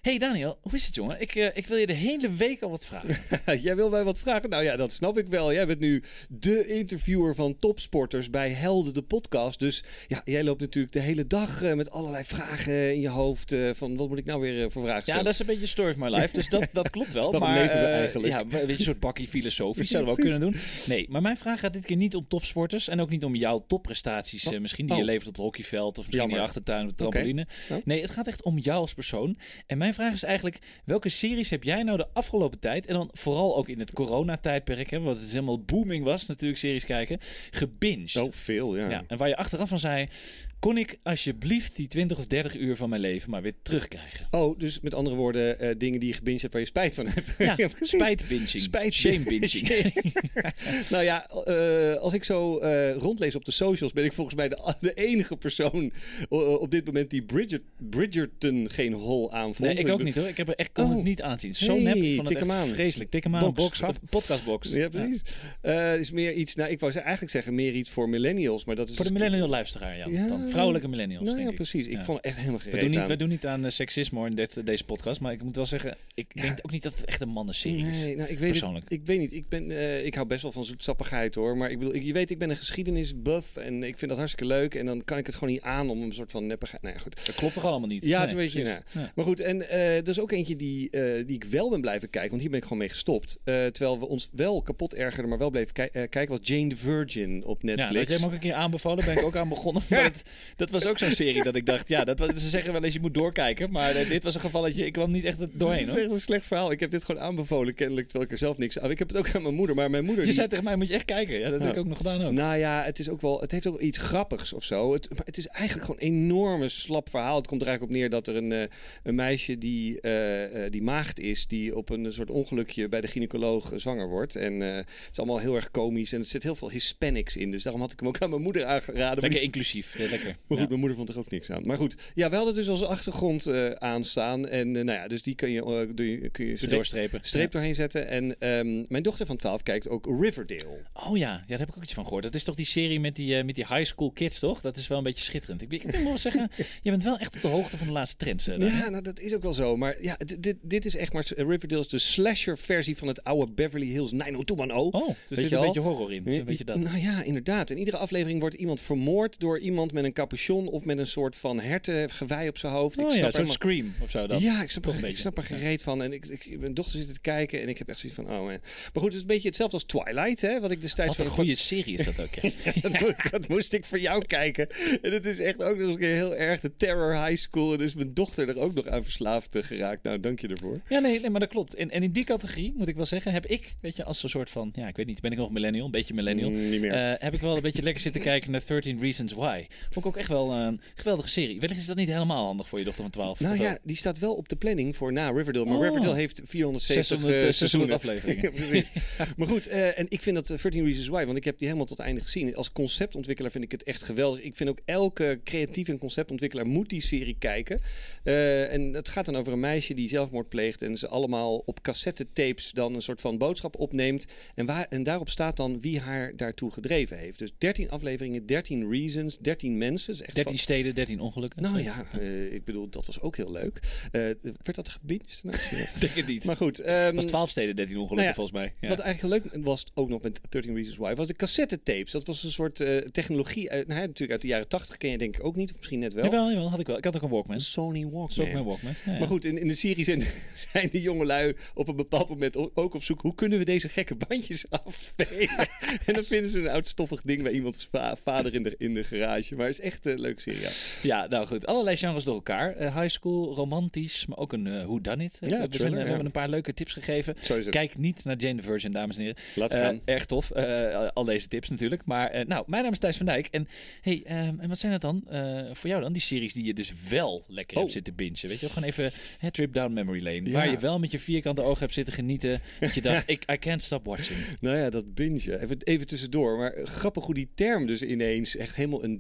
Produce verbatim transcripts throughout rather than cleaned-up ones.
Hey Daniel, hoe is het jongen? Ik, uh, ik wil je de hele week al wat vragen. Jij wil mij wat vragen? Nou ja, dat snap ik wel. Jij bent nu de interviewer van topsporters bij Helden de podcast. Dus ja, jij loopt natuurlijk de hele dag uh, met allerlei vragen in je hoofd. Uh, van wat moet ik nou weer uh, voor vragen stellen? Ja, dat is een beetje story of my life. Dus dat, dat klopt wel. Dat maar leven we uh, eigenlijk. Ja, een beetje een soort bakkie filosofisch zouden we ook kunnen doen. Nee, maar mijn vraag gaat dit keer niet om topsporters. En ook niet om jouw topprestaties. Uh, misschien die oh. je levert op het hockeyveld. Of misschien Jammer. in je achtertuin op de trampoline. Okay. Oh. Nee, het gaat echt om jou als persoon. En mijn vraag is eigenlijk, welke series heb jij nou de afgelopen tijd, en dan vooral ook in het coronatijdperk, hè, want het is helemaal booming was natuurlijk series kijken, gebinged. Oh, veel, ja. ja. En waar je achteraf van zei, kon ik alsjeblieft die twintig of dertig uur van mijn leven maar weer terugkrijgen? Oh, dus met andere woorden, uh, dingen die je gebinged hebt waar je spijt van hebt. Ja, ja spijtbinging. Spijt Shame binging. Nou ja, uh, als ik zo uh, rondlees op de socials, ben ik volgens mij de, de enige persoon uh, op dit moment die Bridget, Bridgerton geen hol aanvond. Nee, ik ook niet hoor. Ik heb er echt kon oh. het niet aanzien. Zo hey, nep. Ik vond het echt aan. vreselijk. Tik hem aan. Box. Box. Podcastbox. Ja, precies. Ja. Uh, is meer iets, nou ik wou eigenlijk zeggen meer iets voor millennials, maar dat is voor de millennial luisteraar, ja. ja. Dan. Vrouwelijke millennials, nou, denk ja, precies. ik. Ik ja. vond het echt helemaal gereed we doen niet, aan. We doen niet aan uh, seksisme in dit, deze podcast, maar ik moet wel zeggen, ik ja. denk ook niet dat het echt een mannenserie is. Nee, nou, ik weet persoonlijk. Het, ik weet niet. Ik, ben, uh, ik hou best wel van zoetsappigheid hoor, maar ik bedoel, ik, je weet, ik ben een geschiedenisbuff en ik vind dat hartstikke leuk en dan kan ik het gewoon niet aan om een soort van neppigheid. Nou ja, goed. Dat klopt toch allemaal niet? Ja, nee, het is een beetje. Nou. Ja. Maar goed, en uh, er is ook eentje die, uh, die ik wel ben blijven kijken, want hier ben ik gewoon mee gestopt. Uh, terwijl we ons wel kapot ergerden, maar wel bleven ki- uh, kijken, was Jane the Virgin op Netflix. Ja, dat heb ik ook een keer aanbevolen, ben ik ook aan begonnen. Maar het, dat was ook zo'n serie dat ik dacht, ja, dat was, ze zeggen wel eens je moet doorkijken, maar uh, dit was een gevalletje, ik kwam niet echt doorheen. Dat is echt een slecht verhaal. Ik heb dit gewoon aanbevolen, kennelijk, terwijl ik er zelf niks aan. Ik heb het ook aan mijn moeder, maar mijn moeder. Je die... zei tegen mij, moet je echt kijken. Ja, dat heb ja. ik ook nog gedaan ook. Nou ja, het is ook wel, het heeft ook iets grappigs of zo. Het, maar het is eigenlijk gewoon een enorme slap verhaal. Het komt er eigenlijk op neer dat er een, uh, een meisje die, uh, uh, die maagd is, die op een soort ongelukje bij de gynaecoloog uh, zwanger wordt. En uh, het is allemaal heel erg komisch en er zit heel veel Hispanics in. Dus daarom had ik hem ook aan mijn moeder aangeraden. Lekker inclusief. Ja, lekker. Maar goed, ja. Mijn moeder vond er ook niks aan. Maar goed, ja, we hadden dus als achtergrond uh, aanstaan. En uh, nou ja, dus die kun je, uh, kun je, kun je streep, doorstrepen. streep ja. doorheen zetten. En um, mijn dochter van twaalf kijkt ook Riverdale. Oh ja, ja, daar heb ik ook iets van gehoord. Dat is toch die serie met die, uh, met die high school kids, toch? Dat is wel een beetje schitterend. Ik, ik moet wel zeggen, je bent wel echt op de hoogte van de laatste trends. Uh, dan, ja, nou, dat is ook wel zo. Maar ja, dit, dit, dit is echt maar... Riverdale is de slasher versie van het oude Beverly Hills negen oh twee one oh. Oh, dus er zit een beetje horror in. Een beetje dat. Nou ja, inderdaad. In iedere aflevering wordt iemand vermoord door iemand met een capuchon of met een soort van hertengewei op zijn hoofd. Oh ik ja, snap een soort Scream of zo dan. Ja, ik snap, er, ik snap er gereed van. En ik, ik, mijn dochter zit te kijken en ik heb echt zoiets van, oh man. Maar goed, het is een beetje hetzelfde als Twilight, hè? Wat ik destijds Wat een van... goede serie is dat ook, ja. ja, dat, moest, dat moest ik voor jou kijken. En het is echt ook nog eens een keer heel erg de Terror High School. En dus mijn dochter er ook nog aan verslaafd geraakt. Nou, dank je ervoor. Ja, nee, nee maar dat klopt. En, en in die categorie, moet ik wel zeggen, heb ik, weet je, als een soort van, ja, ik weet niet, ben ik nog millennial, een beetje millennial. Mm, niet meer. Uh, heb ik wel een beetje lekker zitten kijken naar thirteen Reasons Why. Vond ik ook echt wel een geweldige serie. Wellicht is dat niet helemaal handig voor je dochter van twaalf. Nou ja, die staat wel op de planning voor na Riverdale. Maar oh. Riverdale heeft vierhonderdzeventig zeshonderd, uh, seizoenen. afleveringen. ja, maar goed, uh, en ik vind dat thirteen Reasons Why, want ik heb die helemaal tot einde gezien. Als conceptontwikkelaar vind ik het echt geweldig. Ik vind ook elke creatief en conceptontwikkelaar moet die serie kijken. Uh, en het gaat dan over een meisje die zelfmoord pleegt en ze allemaal op cassettetapes dan een soort van boodschap opneemt. En, waar, en daarop staat dan wie haar daartoe gedreven heeft. Dus dertien afleveringen, dertien reasons, dertien mensen. Echt dertien van... steden, dertien ongelukken. Nou ja, uh, ik bedoel, dat was ook heel leuk. Uh, werd dat gebinged? Nou, denk het niet. Maar goed. Um, het was twaalf steden, dertien ongelukken nou ja, volgens mij. Ja. Wat eigenlijk leuk was ook nog met thirteen Reasons Why, was de cassettetapes. Dat was een soort uh, technologie, uit, nou, natuurlijk uit de jaren tachtig ken je denk ik ook niet, of misschien net wel. Jawel, jawel, had ik wel. Ik had ook een Walkman. Sony Walkman. Sony Walkman. Ja, ja. Maar goed, in, in de serie zijn, zijn de jongelui op een bepaald moment ook op zoek, hoe kunnen we deze gekke bandjes afspelen? En dan vinden ze een oud stoffig ding bij iemands va- vader in de, in de garage. Maar het is echt een leuke serie. Ja. ja, nou goed. Allerlei genres door elkaar. Uh, high school, romantisch, maar ook een uh, whodunit. Ja, we, thriller, zijn, uh, ja. we hebben een paar leuke tips gegeven. Kijk niet naar Jane the Virgin, dames en heren. Laat gaan. Uh, erg tof. Uh, al deze tips natuurlijk. Maar uh, nou, mijn naam is Thijs van Dijk. En hey, um, en wat zijn dat dan uh, voor jou dan? Die series die je dus wel lekker oh. hebt zitten bingen. Weet je, gewoon even hey, trip down memory lane. Ja. Waar je wel met je vierkante ogen hebt zitten genieten. Dat je dacht, ik, I can't stop watching. Nou ja, dat binge. Even, even tussendoor. Maar grappig hoe die term dus ineens echt helemaal een ding is geworden.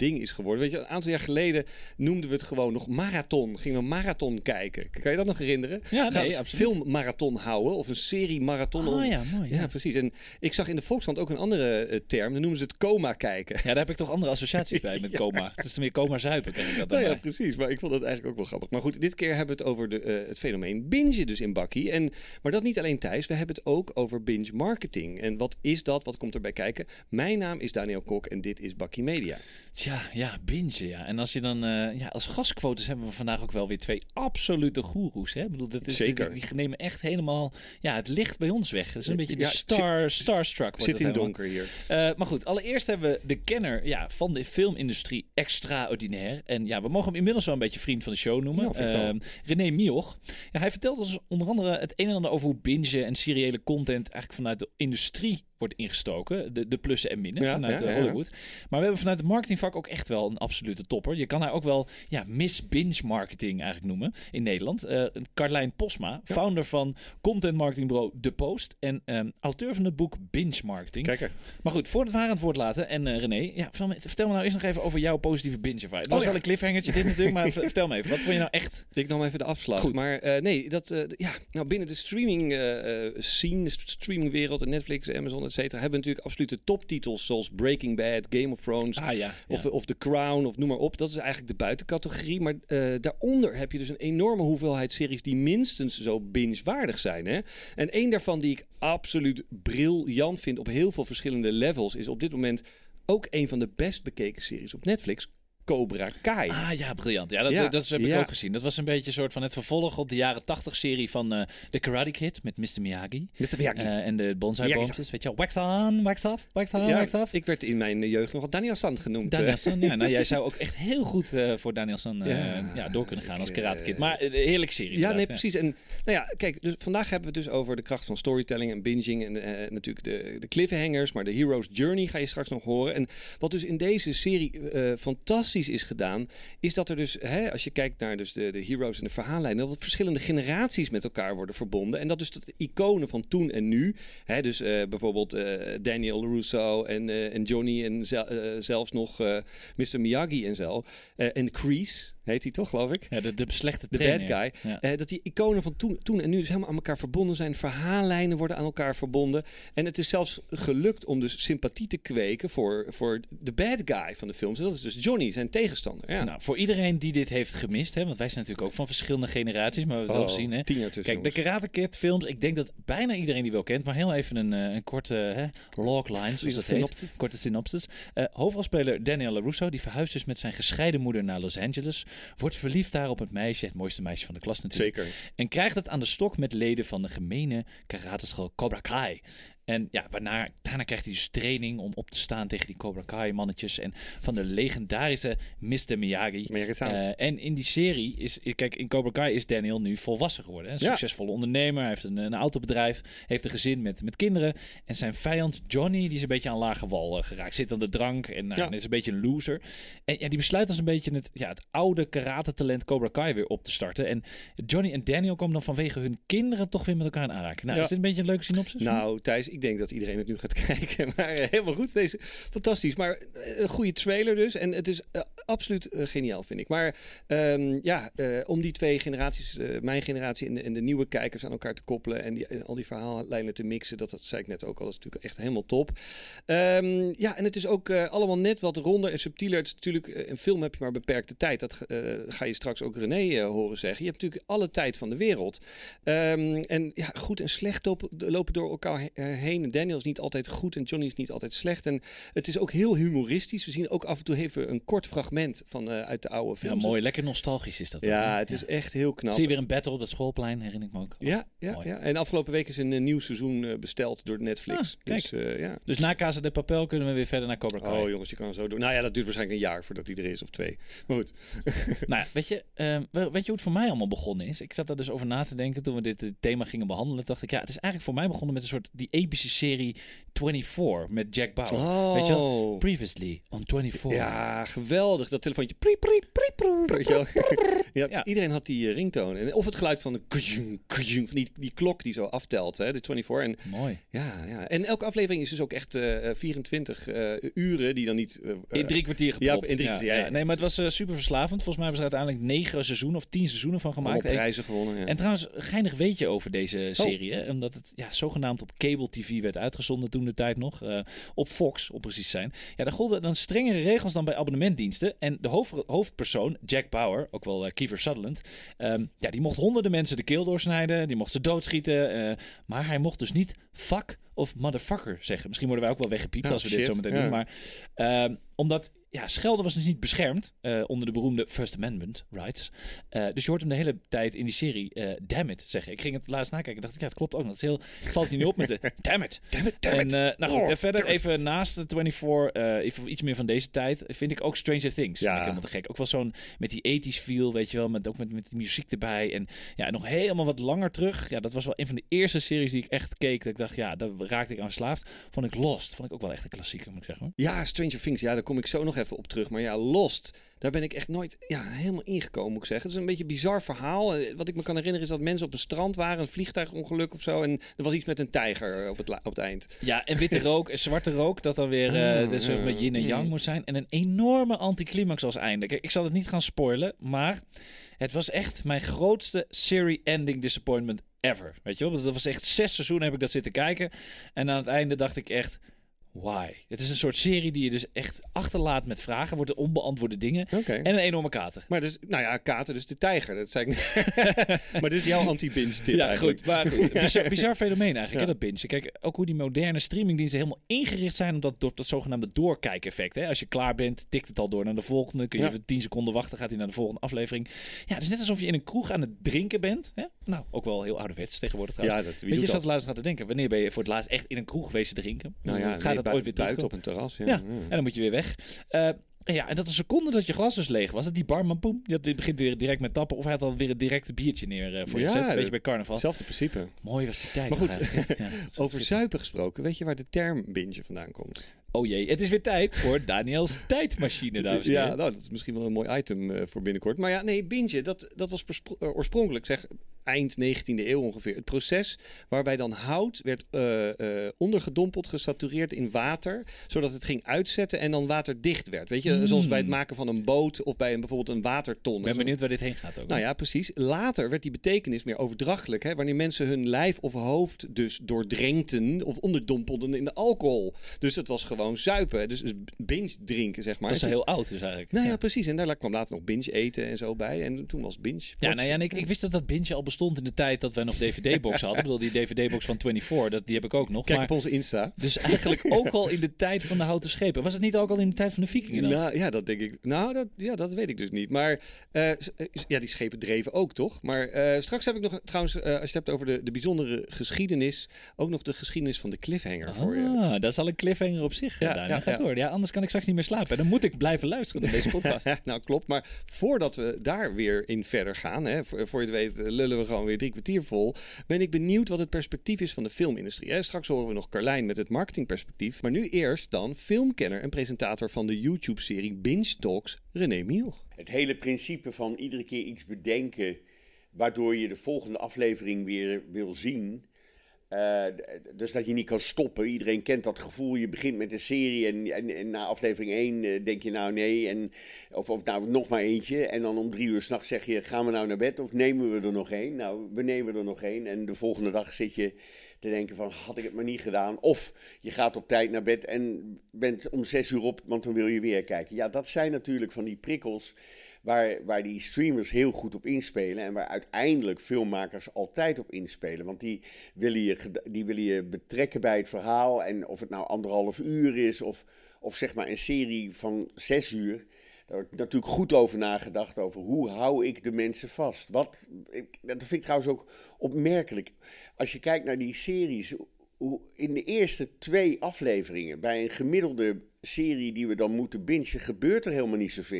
geworden. Weet je, een aantal jaar geleden noemden we het gewoon nog marathon. Gingen we marathon kijken. Kan je dat nog herinneren? Ja, nee, Gaan absoluut. Filmmarathon houden of een serie marathon. Oh ja, mooi. Ja, Ja. precies. En ik zag in de Volkskrant ook een andere uh, term. Dan noemen ze het coma kijken. Ja, daar heb ik toch andere associaties bij met coma. Het is dan meer coma zuipen, ken ik dat dan Nou ja, bij. precies. Maar ik vond dat eigenlijk ook wel grappig. Maar goed, dit keer hebben we het over de, uh, het fenomeen binge dus in Bakkie. En, maar dat niet alleen Thijs. We hebben het ook over binge marketing. En wat is dat? Wat komt erbij kijken? Mijn naam is Daniel Kok en dit is Bakkie Media. Tja, ja, binge, ja. En als je dan... Uh, ja, als gastquotes hebben we vandaag ook wel weer twee absolute goeroes, hè? Ik bedoel, dat is, Zeker. Die, die nemen echt helemaal... Ja, het licht bij ons weg. Het is een beetje de Ja, star, starstruck. wordt Zit het in helemaal. donker hier. Uh, maar goed, allereerst hebben we de kenner ja, van de filmindustrie extraordinair. En ja, we mogen hem inmiddels wel een beetje vriend van de show noemen. Ja, uh, René Mioch. Ja, hij vertelt ons onder andere het een en ander over hoe binge en seriële content eigenlijk vanuit de industrie wordt ingestoken. De, de plussen en minnen ja, vanuit ja, ja, Hollywood. Maar we hebben vanuit het marketingvak ook echt wel een absolute topper. Je kan haar ook wel ja, Miss Binge Marketing eigenlijk noemen in Nederland. Uh, Carlijn Posma, ja. founder van content marketingbureau The Post en um, auteur van het boek Binge Marketing. Kijk. Maar goed, voordat we haar aan het woord laten. En uh, René, ja, vertel me nou eerst nog even over jouw positieve binge ervaring. Dat was oh, ja. wel een cliffhangertje dit natuurlijk, maar vertel me even. Wat vond je nou echt? Ik nam even de afslag. Goed. Maar uh, nee, dat, uh, ja, nou binnen de streaming uh, scene, de streamingwereld, Netflix, Amazon, et cetera, hebben we natuurlijk absolute toptitels zoals Breaking Bad, Game of Thrones, ah, ja, of, ja. of The Crown, of noem maar op. Dat is eigenlijk de buitencategorie. Maar uh, daaronder heb je dus een enorme hoeveelheid series die minstens zo binge-waardig zijn. Hè? En één daarvan die ik absoluut briljant vind op heel veel verschillende levels is op dit moment ook een van de best bekeken series op Netflix. Cobra Kai. Ah ja, briljant. Ja, dat, ja, dat heb ik ja. ook gezien. Dat was een beetje een soort van het vervolg op de jaren tachtig serie van uh, The Karate Kid met mister Miyagi. mister Miyagi. Uh, en de bonsai-boompjes. Weet je wel, wax on, wax off, wax on, ja, wax off. Ik werd in mijn jeugd nog Daniel San genoemd. Daniel San, ja. Nou, jij zou ook echt heel goed uh, voor Daniel San uh, ja, ja, door kunnen gaan ik, als Karate Kid. Maar uh, heerlijke serie. Ja, nee, ja. precies. En nou ja, kijk, dus vandaag hebben we het dus over de kracht van storytelling en binging. En uh, natuurlijk de, de cliffhangers, maar de hero's journey ga je straks nog horen. En wat dus in deze serie uh, fantastisch is gedaan, is dat er dus, hè, als je kijkt naar dus de, de heroes en de verhaallijnen, dat er verschillende generaties met elkaar worden verbonden. En dat dus de iconen van toen en nu, hè, dus uh, bijvoorbeeld uh, Daniel Russo en, uh, en Johnny en zel, uh, zelfs nog uh, mister Miyagi en zo. Uh, en Kreese heet hij toch, geloof ik? Ja, de, de slechte de trainer. bad guy. Ja. Uh, dat die iconen van toen, toen en nu dus helemaal aan elkaar verbonden zijn. Verhaallijnen worden aan elkaar verbonden. En het is zelfs gelukt om dus sympathie te kweken voor, voor de bad guy van de films. En dat is dus Johnny, zijn tegenstander. Ja. Nou, voor iedereen die dit heeft gemist, hè, want wij zijn natuurlijk ook van verschillende generaties, maar we hebben het oh, wel gezien. Hè. Tien jaar tussen, Kijk, jongens. de Karate Kid films, ik denk dat bijna iedereen die wel kent, maar heel even een, een korte hè, logline, zoals dat synopsis. heet. Korte synopsis. Uh, hoofdrolspeler Daniel LaRusso, die verhuist dus met zijn gescheiden moeder naar Los Angeles, wordt verliefd daar op het meisje, het mooiste meisje van de klas natuurlijk. Zeker. En krijgt het aan de stok met leden van de gemene karateschool Cobra Kai. En ja, waarna, daarna krijgt hij dus training om op te staan tegen die Cobra Kai mannetjes en van de legendarische mister Miyagi. Uh, en in die serie is, kijk, in Cobra Kai is Daniel nu volwassen geworden. Een ja. succesvolle ondernemer, hij heeft een, een autobedrijf, heeft een gezin met, met kinderen. En zijn vijand Johnny, die is een beetje aan lage wal uh, geraakt. Zit aan de drank en, uh, ja. en is een beetje een loser. En ja, die besluit als een beetje het, ja, het oude karate-talent Cobra Kai weer op te starten. En Johnny en Daniel komen dan vanwege hun kinderen toch weer met elkaar in aanraking. Nou, ja. Is dit een beetje een leuke synopsis? Nou, Thijs, ik denk dat iedereen het nu gaat kijken. Maar uh, helemaal goed. Deze, fantastisch. Maar uh, een goede trailer dus. En het is uh, absoluut uh, geniaal, vind ik. Maar um, ja, uh, om die twee generaties, uh, mijn generatie en de, en de nieuwe kijkers aan elkaar te koppelen en, die, en al die verhaallijnen te mixen, dat, dat zei ik net ook al, dat is natuurlijk echt helemaal top. Um, ja, en het is ook uh, allemaal net wat ronder en subtieler. Het is natuurlijk, uh, een film heb je maar beperkte tijd. Dat uh, ga je straks ook René uh, horen zeggen. Je hebt natuurlijk alle tijd van de wereld. Um, en ja, goed en slecht lopen, lopen door elkaar heen. En Daniel is niet altijd goed en Johnny is niet altijd slecht. En het is ook heel humoristisch. We zien ook af en toe even een kort fragment van uh, uit de oude films. Ja, mooi. Lekker nostalgisch is dat. Ja, dan, het is ja. echt heel knap. Zie je weer een battle op dat schoolplein, herinner ik me ook. Ja, ja, ja. En afgelopen week is een, een nieuw seizoen uh, besteld door Netflix. Ah, dus, uh, ja. dus na Casa de Papel kunnen we weer verder naar Cobra Kai. Oh jongens, je kan zo doen. Nou ja, dat duurt waarschijnlijk een jaar voordat die er is of twee. Maar goed. Nou, weet je, uh, weet je hoe het voor mij allemaal begonnen is? Ik zat daar dus over na te denken toen we dit thema gingen behandelen. Dacht ik, ja, het is eigenlijk voor mij begonnen met een soort die typische serie vierentwintig met Jack Bauer. Oh. Weet je wel? Previously on vierentwintig. Ja, geweldig. Dat telefoontje. Priep, priep, priep, priep, weet je wel. ja, Ja. Iedereen had die uh, ringtoon. En, of het geluid van de kujung, kujung, van die, die klok die zo aftelt, hè, de vierentwintig. En, Mooi. ja, ja. En elke aflevering is dus ook echt uh, vierentwintig uh, uren die dan niet... Uh, In drie kwartier gepropt. Ja, in drie kwartier. Ja, ja. Ja. Nee, maar het was uh, super verslavend. Volgens mij hebben ze er uiteindelijk negen seizoenen of tien seizoenen van gemaakt. Allemaal prijzen gewonnen. Ja. En trouwens, geinig weetje over deze serie. Oh. Hè? Omdat het ja, zogenaamd op cable tv werd uitgezonden toen de tijd nog. Uh, op Fox, om precies te zijn. Ja, daar golden dan strengere regels dan bij abonnementdiensten. En de hoofd, hoofdpersoon, Jack Bauer, ook wel uh, Kiefer Sutherland, um, ja, die mocht honderden mensen de keel doorsnijden. Die mocht ze doodschieten. Uh, maar hij mocht dus niet fuck of motherfucker zeggen. Misschien worden wij ook wel weggepiept oh, als we shit. dit zo meteen ja. doen. Maar uh, omdat... Ja, schelden was dus niet beschermd uh, onder de beroemde First Amendment rights. Uh, dus je hoort hem de hele tijd in die serie uh, damn it zeggen. Ik ging het laatst nakijken en dacht ik, ja, het klopt ook nog. Het, is heel, het valt hier niet op met de damn it. Damn it, damn it. En uh, nou goed, oh, en verder even naast de vierentwintig, uh, even iets meer van deze tijd, vind ik ook Stranger Things. Ja. Vind ik helemaal te gek. Ook wel zo'n met die ethisch feel, weet je wel, met, ook met, met die muziek erbij. En ja, nog helemaal wat langer terug. Ja, dat was wel een van de eerste series die ik echt keek. Dat ik dacht, ja, daar raakte ik aan verslaafd. Vond ik Lost. Vond ik ook wel echt een klassieker, moet ik zeggen. Hoor. Ja, Stranger Things, ja, daar kom ik zo nog even op terug. Maar ja, Lost, daar ben ik echt nooit ja, helemaal ingekomen, moet ik zeggen. Het is een beetje een bizar verhaal. Wat ik me kan herinneren is dat mensen op een strand waren, een vliegtuigongeluk of zo. En er was iets met een tijger op het, op het eind. Ja, en witte rook en zwarte rook, dat dan weer uh, oh, dus uh, met yin en yang mm. moet zijn. En een enorme anticlimax als einde. Kijk, ik zal het niet gaan spoilen, maar het was echt mijn grootste serie-ending disappointment ever. Weet je wel? Dat was echt zes seizoenen heb ik dat zitten kijken. En aan het einde dacht ik echt... Why? Het is een soort serie die je dus echt achterlaat met vragen. Worden onbeantwoorde dingen. Okay. En een enorme kater. Maar dus, nou ja, kater, dus de tijger. Dat zei ik maar dit is jouw anti-binge tip ja, eigenlijk. Goed, maar goed. Bizar, bizar fenomeen eigenlijk, ja. hè, dat binge. Kijk, ook hoe die moderne streamingdiensten helemaal ingericht zijn op dat, door dat zogenaamde doorkijkeffect. Hè? Als je klaar bent, tikt het al door naar de volgende. Kun je ja. even tien seconden wachten, gaat hij naar de volgende aflevering. Ja, het is net alsof je in een kroeg aan het drinken bent. Hè? Nou, ook wel heel ouderwets tegenwoordig trouwens. Ja, dat, wie Weet je, je zat laatst aan te denken. Wanneer ben je voor het laatst echt in een kroeg geweest te drinken? Nou ja, gaat nee, dat bui- ooit weer buiten op een terras. Ja. Ja. ja, en dan moet je weer weg. Uh, ja, en dat een seconde dat je glas dus leeg was. Dat die barman, boem, die begint weer direct met tappen. Of hij had al weer een direct biertje neer uh, voor je ja, gezet. Een beetje bij carnaval. Hetzelfde principe. Mooi was die tijd. Maar goed, ja, over zuipen gesproken. Weet je waar de term binge vandaan komt? Oh jee, het is weer tijd voor Daniels tijdmachine, dames en heren. Ja, nou, dat is misschien wel een mooi item uh, voor binnenkort. Maar ja, nee, binge, dat, dat was perspro- uh, oorspronkelijk, zeg, eind negentiende eeuw ongeveer. Het proces waarbij dan hout werd uh, uh, ondergedompeld, gesatureerd in water, zodat het ging uitzetten en dan waterdicht werd. Weet je, mm. zoals bij het maken van een boot of bij een, bijvoorbeeld een waterton. Ik ben benieuwd waar dit heen gaat ook. Nou ja, precies. Later werd die betekenis meer overdrachtelijk. Hè, wanneer mensen hun lijf of hoofd dus doordrenkten of onderdompelden in de alcohol. Dus het was gewoon zuipen. Dus, dus binge drinken, zeg maar. Dat is heel oud dus eigenlijk. Nou ja, ja, precies. En daar kwam later nog binge eten en zo bij. En toen was binge. Ja, nou ja, en ik, ik wist dat dat binge al bestond in de tijd dat wij nog D V D-box hadden. Ik bedoel, die D V D-box van vierentwintig, dat, die heb ik ook nog. Kijk maar, op onze Insta. Dus eigenlijk ook al in de tijd van de houten schepen. Was het niet ook al in de tijd van de vikingen dan? Nou ja, dat denk ik. Nou, dat, ja, dat weet ik dus niet. Maar uh, ja, die schepen dreven ook, toch? Maar uh, straks heb ik nog, trouwens, uh, als je het hebt over de, de bijzondere geschiedenis, ook nog de geschiedenis van de cliffhanger ah, voor je. Dat is al een cliffhanger op zich. Ja, ja, gaat ja. door. Ja, anders kan ik straks niet meer slapen. En dan moet ik blijven luisteren naar deze podcast. Nou, klopt. Maar voordat we daar weer in verder gaan, hè, voor, voor je het weet, lullen we gewoon weer drie kwartier vol, ben ik benieuwd wat het perspectief is van de filmindustrie. Hè. Straks horen we nog Carlijn met het marketingperspectief. Maar nu eerst dan filmkenner en presentator van de YouTube-serie Binge Talks, René Mioch. Het hele principe van iedere keer iets bedenken, waardoor je de volgende aflevering weer wil zien. Uh, dus dat je niet kan stoppen. Iedereen kent dat gevoel. Je begint met een serie en, en, en na aflevering één uh, denk je nou nee. En, of, of nou nog maar eentje. En dan om drie uur 's nachts zeg je, gaan we nou naar bed of nemen we er nog één? Nou, we nemen er nog één. En de volgende dag zit je te denken van, had ik het maar niet gedaan. Of je gaat op tijd naar bed en bent om zes uur op, want dan wil je weer kijken. Ja, dat zijn natuurlijk van die prikkels Waar, waar die streamers heel goed op inspelen en waar uiteindelijk filmmakers altijd op inspelen. Want die willen je, die willen je betrekken bij het verhaal. En of het nou anderhalf uur is of, of zeg maar een serie van zes uur. Daar wordt natuurlijk goed over nagedacht over hoe hou ik de mensen vast. Wat, ik, dat vind ik trouwens ook opmerkelijk. Als je kijkt naar die series, hoe in de eerste twee afleveringen bij een gemiddelde serie die we dan moeten bingen, gebeurt er helemaal niet zoveel.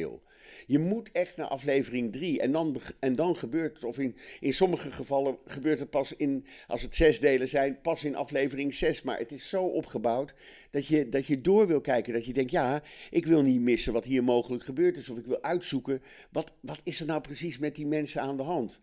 Je moet echt naar aflevering drie. En dan, en dan gebeurt het, of in, in sommige gevallen gebeurt het pas in, als het zes delen zijn, pas in aflevering zes. Maar het is zo opgebouwd dat je, dat je door wil kijken. Dat je denkt, ja, ik wil niet missen wat hier mogelijk gebeurd is. Of ik wil uitzoeken, wat, wat is er nou precies met die mensen aan de hand?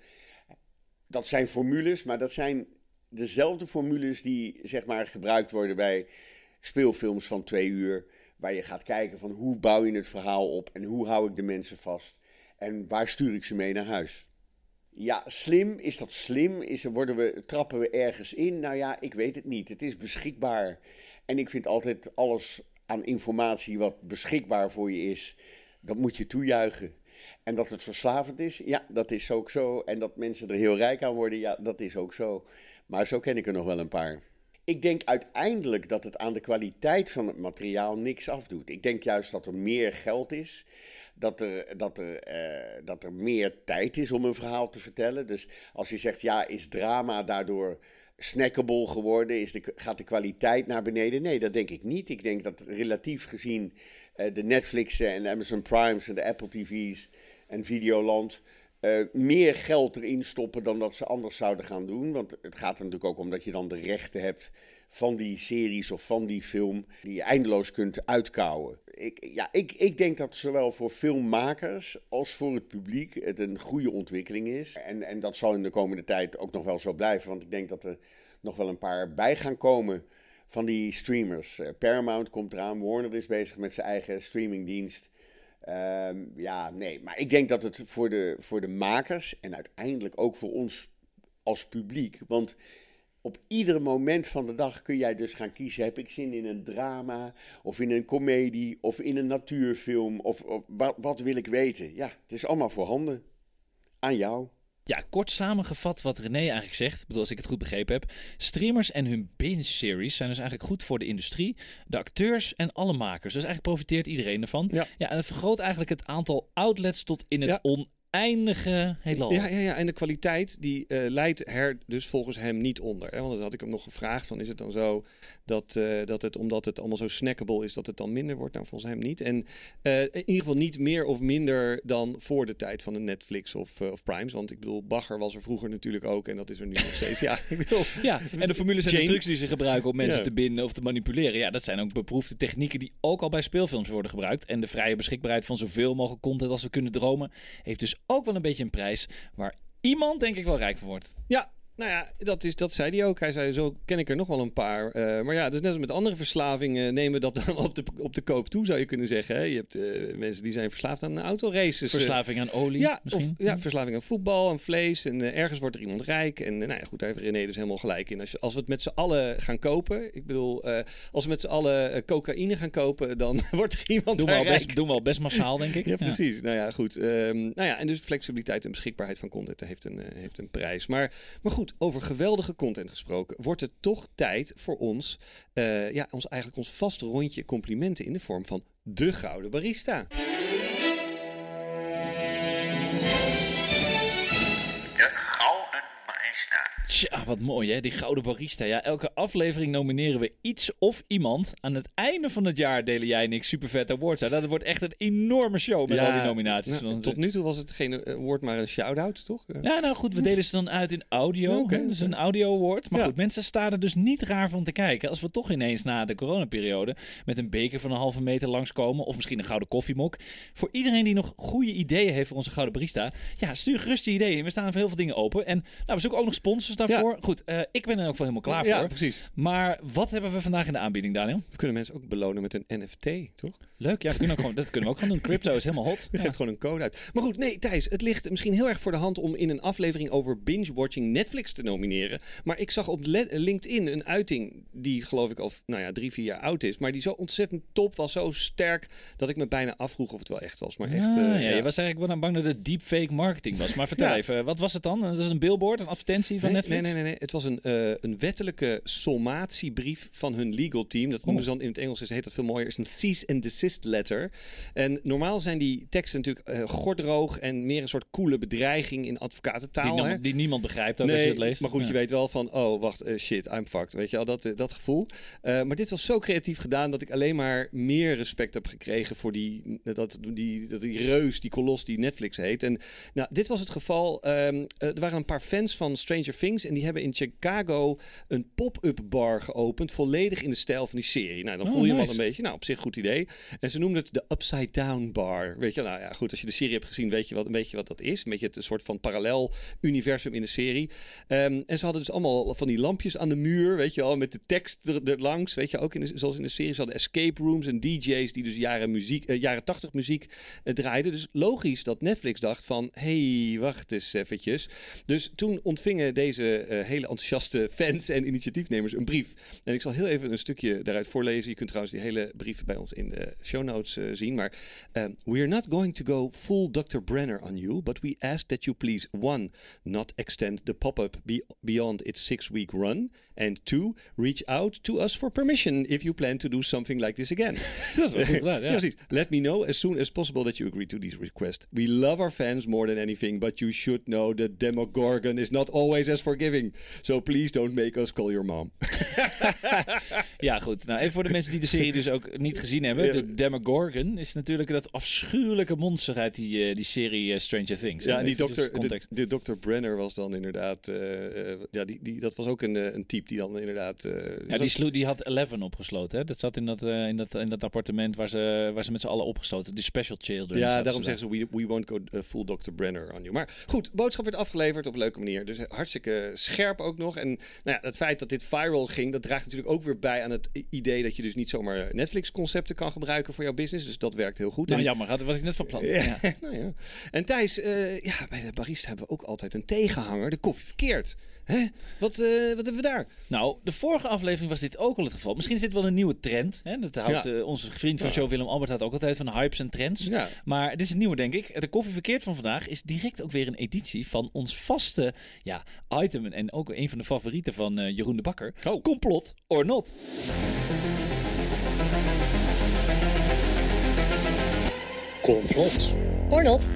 Dat zijn formules, maar dat zijn dezelfde formules die zeg maar gebruikt worden bij speelfilms van twee uur. Waar je gaat kijken van hoe bouw je het verhaal op en hoe hou ik de mensen vast. En waar stuur ik ze mee naar huis? Ja, slim. Is dat slim? Is, worden we, trappen we ergens in? Nou ja, ik weet het niet. Het is beschikbaar. En ik vind altijd alles aan informatie wat beschikbaar voor je is, dat moet je toejuichen. En dat het verslavend is, ja, dat is ook zo. En dat mensen er heel rijk aan worden, ja, dat is ook zo. Maar zo ken ik er nog wel een paar. Ik denk uiteindelijk dat het aan de kwaliteit van het materiaal niks afdoet. Ik denk juist dat er meer geld is. Dat er, dat er, uh, dat er meer tijd is om een verhaal te vertellen. Dus als je zegt, ja, is drama daardoor snackable geworden? Is de, gaat de kwaliteit naar beneden? Nee, dat denk ik niet. Ik denk dat relatief gezien uh, de Netflixen en de Amazon Primes en de Apple T V's en Videoland Uh, meer geld erin stoppen dan dat ze anders zouden gaan doen. Want het gaat er natuurlijk ook om dat je dan de rechten hebt van die series of van die film die je eindeloos kunt uitkouwen. Ik, ja, ik, ik denk dat zowel voor filmmakers als voor het publiek het een goede ontwikkeling is. En, en dat zal in de komende tijd ook nog wel zo blijven. Want ik denk dat er nog wel een paar bij gaan komen van die streamers. Uh, Paramount komt eraan, Warner is bezig met zijn eigen streamingdienst. Um, ja, nee, maar ik denk dat het voor de, voor de makers en uiteindelijk ook voor ons als publiek, want op ieder moment van de dag kun jij dus gaan kiezen, heb ik zin in een drama of in een komedie of in een natuurfilm of, of wat, wat wil ik weten? Ja, het is allemaal voorhanden. Aan jou. Ja, kort samengevat wat René eigenlijk zegt, ik bedoel, als ik het goed begrepen heb. Streamers en hun binge-series zijn dus eigenlijk goed voor de industrie, de acteurs en alle makers. Dus eigenlijk profiteert iedereen ervan. Ja, ja en het vergroot eigenlijk het aantal outlets tot in het ja. oneindige heelal. Ja, ja, ja, en de kwaliteit die uh, leidt er dus volgens hem niet onder. Hè? Want dan had ik hem nog gevraagd van, is het dan zo dat, uh, dat het, omdat het allemaal zo snackable is, dat het dan minder wordt? Nou, volgens hem niet. En uh, in ieder geval niet meer of minder dan voor de tijd van de Netflix of, uh, of Primes. Want ik bedoel, bagger was er vroeger natuurlijk ook en dat is er nu nog steeds. Ja, ik bedoel, ja, en de formules en de trucs die ze gebruiken om mensen ja. te binden of te manipuleren. Ja, dat zijn ook beproefde technieken die ook al bij speelfilms worden gebruikt. En de vrije beschikbaarheid van zoveel mogelijk content als we kunnen dromen, heeft dus ook wel een beetje een prijs waar iemand denk ik wel rijk van wordt. Ja. Nou ja, dat, is, dat zei hij ook. Hij zei, zo ken ik er nog wel een paar. Uh, maar ja, dus net als met andere verslavingen nemen dat dan op de, op de koop toe, zou je kunnen zeggen. Hè? Je hebt uh, mensen die zijn verslaafd aan autoraces. Verslaving aan olie ja, misschien? Of, ja, verslaving aan voetbal, aan vlees. En uh, ergens wordt er iemand rijk. En uh, nou ja, goed, daar heeft René dus helemaal gelijk in. Als, je, als we het met z'n allen gaan kopen. Ik bedoel, uh, als we met z'n allen uh, cocaïne gaan kopen, dan wordt er iemand doen we al rijk. Best, doen we al best massaal, denk ik. Ja, precies. Ja. Nou ja, goed. Um, nou ja, en dus flexibiliteit en beschikbaarheid van content heeft een, uh, heeft een prijs. Maar, maar goed, over geweldige content gesproken, wordt het toch tijd voor ons, uh, ja, ons eigenlijk ons vaste rondje complimenten in de vorm van de Gouden Barista. Tja, wat mooi hè, die Gouden Barista. Ja, elke aflevering nomineren we iets of iemand. Aan het einde van het jaar delen jij en ik Supervet Awards uit. Dat wordt echt een enorme show met ja, al die nominaties. Nou, tot nu toe was het geen award, maar een shout-out, toch? Ja, nou goed, we delen ze dan uit in audio. Okay, hè? Dus een audio award. Maar ja. goed, mensen staan er dus niet raar van te kijken. Als we toch ineens na de coronaperiode met een beker van een halve meter langskomen. Of misschien een gouden koffiemok. Voor iedereen die nog goede ideeën heeft voor onze Gouden Barista. Ja, stuur gerust je ideeën in. We staan voor heel veel dingen open. En nou, we zoeken ook nog sponsors daarvoor. Ja. Goed, uh, ik ben er ook wel helemaal klaar ja, voor. Precies. Maar wat hebben we vandaag in de aanbieding, Daniel? We kunnen mensen ook belonen met een N F T, toch? Leuk, ja, we kunnen ook gewoon, dat kunnen we ook gewoon doen. Crypto is helemaal hot. Je geeft ja. gewoon een code uit. Maar goed, nee, Thijs, het ligt misschien heel erg voor de hand om in een aflevering over binge-watching Netflix te nomineren. Maar ik zag op LinkedIn een uiting die geloof ik al nou ja, drie, vier jaar oud is. Maar die zo ontzettend top was, zo sterk, dat ik me bijna afvroeg of het wel echt was. Maar echt, ah, uh, ja, ja. Je was eigenlijk wel bang dat het deepfake marketing was. Maar vertel ja. even, wat was het dan? Dat is een billboard, een advertentie van nee, Netflix? Nee, nee, nee. Het was een, uh, een wettelijke sommatiebrief van hun legal team. Dat noemen ze dan in het Engels, heet dat veel mooier, is een cease and desist letter. En normaal zijn die teksten natuurlijk uh, gordroog en meer een soort coole bedreiging in advocatentaal. Die, hè? die niemand begrijpt ook nee, als je het leest. Maar goed, ja. je weet wel van, oh wacht, uh, shit, I'm fucked. Weet je al, dat, uh, dat gevoel. Uh, maar dit was zo creatief gedaan dat ik alleen maar meer respect heb gekregen voor die, dat, die, dat, die reus, die kolos die Netflix heet. En nou, dit was het geval. Um, uh, er waren een paar fans van Stranger Things en die hebben in Chicago een pop-up bar geopend, volledig in de stijl van die serie. Nou, dan oh, voel je nice. hem al een beetje. Nou, op zich goed idee. En ze noemden het de Upside Down Bar. Weet je, nou ja, goed, als je de serie hebt gezien, weet je wat, een beetje wat dat is. Een beetje het een soort van parallel universum in de serie. Um, en ze hadden dus allemaal van die lampjes aan de muur, weet je al, met de tekst er, er langs, weet je, ook in de, zoals in de serie. Ze hadden escape rooms en D J's die dus jaren muziek, uh, jaren tachtig muziek uh, draaiden. Dus logisch dat Netflix dacht van, hey, wacht eens eventjes. Dus toen ontvingen deze uh, hele enthousiaste fans en initiatiefnemers een brief. En ik zal heel even een stukje daaruit voorlezen. Je kunt trouwens die hele brief bij ons in de show notes uh, zien. Maar uh, we are not going to go full doctor Brenner on you, but we ask that you please, one, not extend the pop-up be- beyond its six-week run, and two, reach out to us for permission if you plan to do something like this again. Dat is wel goed gedaan, ja. Ja, precies. Let me know as soon as possible that you agree to these requests. We love our fans more than anything, but you should know that Demogorgon is not always as forgiving. So please don't make us call your mom. Ja, goed. Nou, even voor de mensen die de serie dus ook niet gezien hebben. De Demogorgon is natuurlijk dat afschuwelijke monster uit die, uh, die serie uh, Stranger Things. Ja, en die dokter, dus de, de dokter Brenner was dan inderdaad... Uh, uh, ja, die, die, dat was ook een, een type die dan inderdaad... Uh, ja, die, slo- die had Eleven opgesloten. Hè? Dat zat in dat, uh, in dat, in dat appartement waar ze, waar ze met z'n allen opgesloten. De Special Children. Ja, daarom zeggen ze, we, we won't go uh, full dokter Brenner on you. Maar goed, boodschap werd afgeleverd op een leuke manier. Dus hartstikke scherp ook nog. En nou ja, het feit dat dit viral ging, dat draagt natuurlijk ook weer bij aan het idee dat je dus niet zomaar Netflix-concepten kan gebruiken voor jouw business. Dus dat werkt heel goed. Nou en, jammer, dat was ik net van plan. Ja, Ja. nou ja. En Thijs, uh, ja, bij de barista hebben we ook altijd een tegenhanger, de koffie verkeerd. Hè? Wat, uh, wat hebben we daar? Nou, de vorige aflevering was dit ook al het geval. Misschien is dit wel een nieuwe trend. Hè? Dat houdt Ja. uh, onze vriend van Ja. show Willem Albert had ook altijd van hypes en trends. Ja. Maar dit is een nieuwe, denk ik. De koffie verkeerd van vandaag is direct ook weer een editie van ons vaste ja, item. En ook een van de favorieten van uh, Jeroen de Bakker. Oh. Complot or not. Complot or not.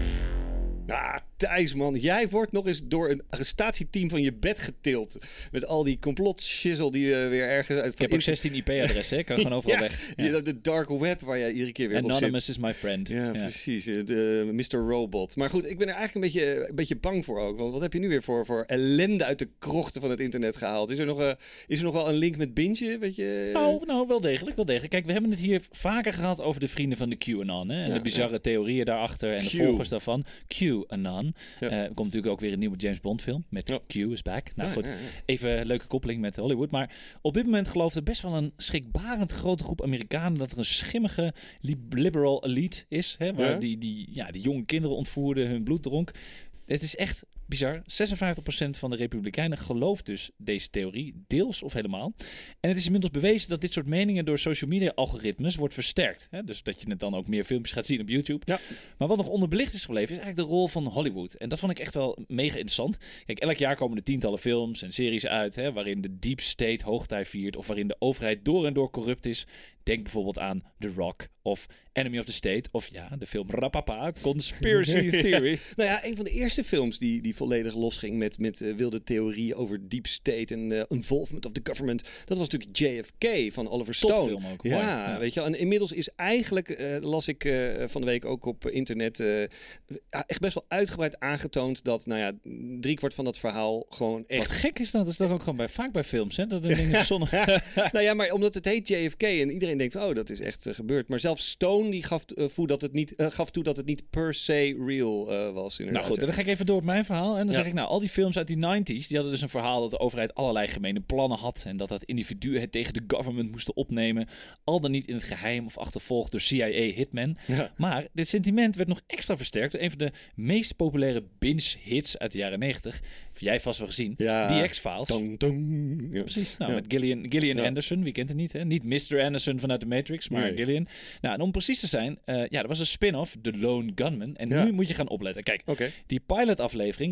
Ah, Thijs, man. Jij wordt nog eens door een arrestatieteam van je bed getild. Met al die complot-shizzle die je uh, weer ergens... uit Ik heb ook zestien I P-adressen, ik kan gewoon overal ja, weg. Ja. Ja, de dark web waar jij iedere keer weer Anonymous op zit. is my friend. Ja, Ja. precies. De mister Robot. Maar goed, ik ben er eigenlijk een beetje, een beetje bang voor ook. Want wat heb je nu weer voor, voor ellende uit de krochten van het internet gehaald? Is er nog, uh, is er nog wel een link met Bintje? Weet je? Nou, nou, wel degelijk, wel degelijk. Kijk, we hebben het hier vaker gehad over de vrienden van de QAnon. Hè? En Ja, de bizarre ja. theorieën daarachter en Q. de volgers daarvan. QAnon. Ja. Uh, er komt natuurlijk ook weer een nieuwe James Bond film met Ja. Q is back. Nou Ja, goed, ja, ja. even een leuke koppeling met Hollywood. Maar op dit moment gelooft er best wel een schrikbarend grote groep Amerikanen dat er een schimmige li- liberal elite is. Hè? Waar Ja. die, die, ja, die jonge kinderen ontvoerden, hun bloed dronk. Het is echt bizar. zesenvijftig procent van de Republikeinen gelooft dus deze theorie, deels of helemaal. En het is inmiddels bewezen dat dit soort meningen door social media algoritmes wordt versterkt. Hè? Dus dat je het dan ook meer filmpjes gaat zien op YouTube. Ja. Maar wat nog onderbelicht is gebleven, is eigenlijk de rol van Hollywood. En dat vond ik echt wel mega interessant. Kijk, elk jaar komen er tientallen films en series uit, hè, waarin de deep state hoogtij viert of waarin de overheid door en door corrupt is. Denk bijvoorbeeld aan The Rock of Enemy of the State of ja, de film Rapapa, Conspiracy Theory. Nou ja, een van de eerste films die, die volledig losging met, met uh, wilde theorieën over deep state en uh, involvement of the government. Dat was natuurlijk J F K van Oliver Stone. Topfilm ook. Ja, Mooi. Ja. weet je wel. En inmiddels is eigenlijk, uh, las ik uh, van de week ook op internet, uh, echt best wel uitgebreid aangetoond dat, nou ja, driekwart van dat verhaal gewoon echt... Wat gek is dat? Dat is toch ook gewoon bij, vaak bij films, hè? Dat er dingen zonnig... Nou ja, maar omdat het heet J F K en iedereen denkt, oh, dat is echt uh, gebeurd. Maar zelfs Stone die gaf, uh, toe dat het niet, uh, gaf toe dat het niet per se real uh, was. Inderdaad. Nou goed, dan ga ik even door op mijn verhaal. En dan Ja. zeg ik, nou, al die films uit die negentig, die hadden dus een verhaal dat de overheid allerlei gemene plannen had. En dat dat individuen het tegen de government moesten opnemen. Al dan niet in het geheim of achtervolgd door C I A-hitmen. Ja. Maar dit sentiment werd nog extra versterkt door een van de meest populaire binge-hits uit de jaren negentig. Heb jij vast wel gezien. Ja. The X-Files. Dong, dong. Ja. Precies. Nou, Ja. met Gillian, Gillian Ja. Anderson. Wie kent het niet, hè? Niet mister Anderson vanuit de Matrix, maar Nee. Gillian. Nou, en om precies te zijn, uh, ja, er was een spin-off, The Lone Gunman. En Ja. nu moet je gaan opletten. Kijk, Oké. die pilot-aflevering